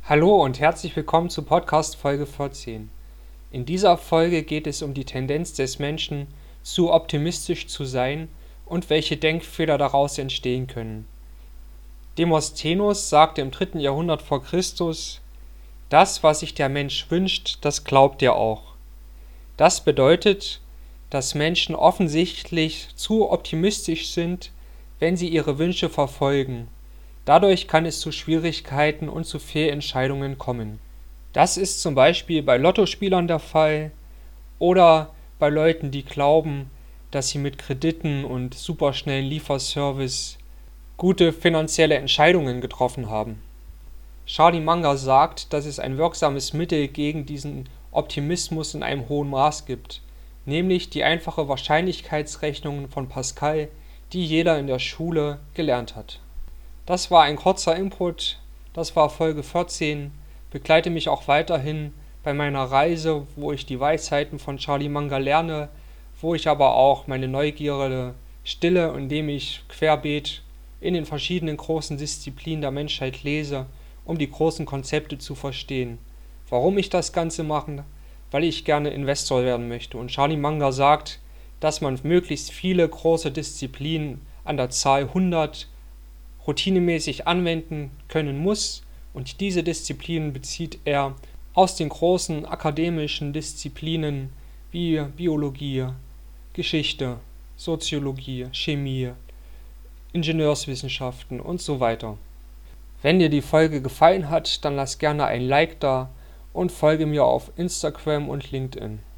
Hallo und herzlich willkommen zu Podcast Folge 14. In dieser Folge geht es um die Tendenz des Menschen, zu optimistisch zu sein und welche Denkfehler daraus entstehen können. Demosthenes sagte im 3. Jahrhundert vor Christus: Das, was sich der Mensch wünscht, das glaubt er auch. Das bedeutet, dass Menschen offensichtlich zu optimistisch sind, wenn sie ihre Wünsche verfolgen. Dadurch kann es zu Schwierigkeiten und zu Fehlentscheidungen kommen. Das ist zum Beispiel bei Lottospielern der Fall oder bei Leuten, die glauben, dass sie mit Krediten und superschnellen Lieferservice gute finanzielle Entscheidungen getroffen haben. Charlie Munger sagt, dass es ein wirksames Mittel gegen diesen Optimismus in einem hohen Maß gibt, nämlich die einfache Wahrscheinlichkeitsrechnung von Pascal, die jeder in der Schule gelernt hat. Das war ein kurzer Input, das war Folge 14. Begleite mich auch weiterhin bei meiner Reise, wo ich die Weisheiten von Charlie Munger lerne, wo ich aber auch meine Neugierde stille, indem ich querbeet in den verschiedenen großen Disziplinen der Menschheit lese, um die großen Konzepte zu verstehen. Warum ich das Ganze mache? Weil ich gerne Investor werden möchte. Und Charlie Munger sagt, dass man möglichst viele große Disziplinen an der Zahl 100 routinemäßig anwenden können muss, und diese Disziplinen bezieht er aus den großen akademischen Disziplinen wie Biologie, Geschichte, Soziologie, Chemie, Ingenieurswissenschaften und so weiter. Wenn dir die Folge gefallen hat, dann lass gerne ein Like da und folge mir auf Instagram und LinkedIn.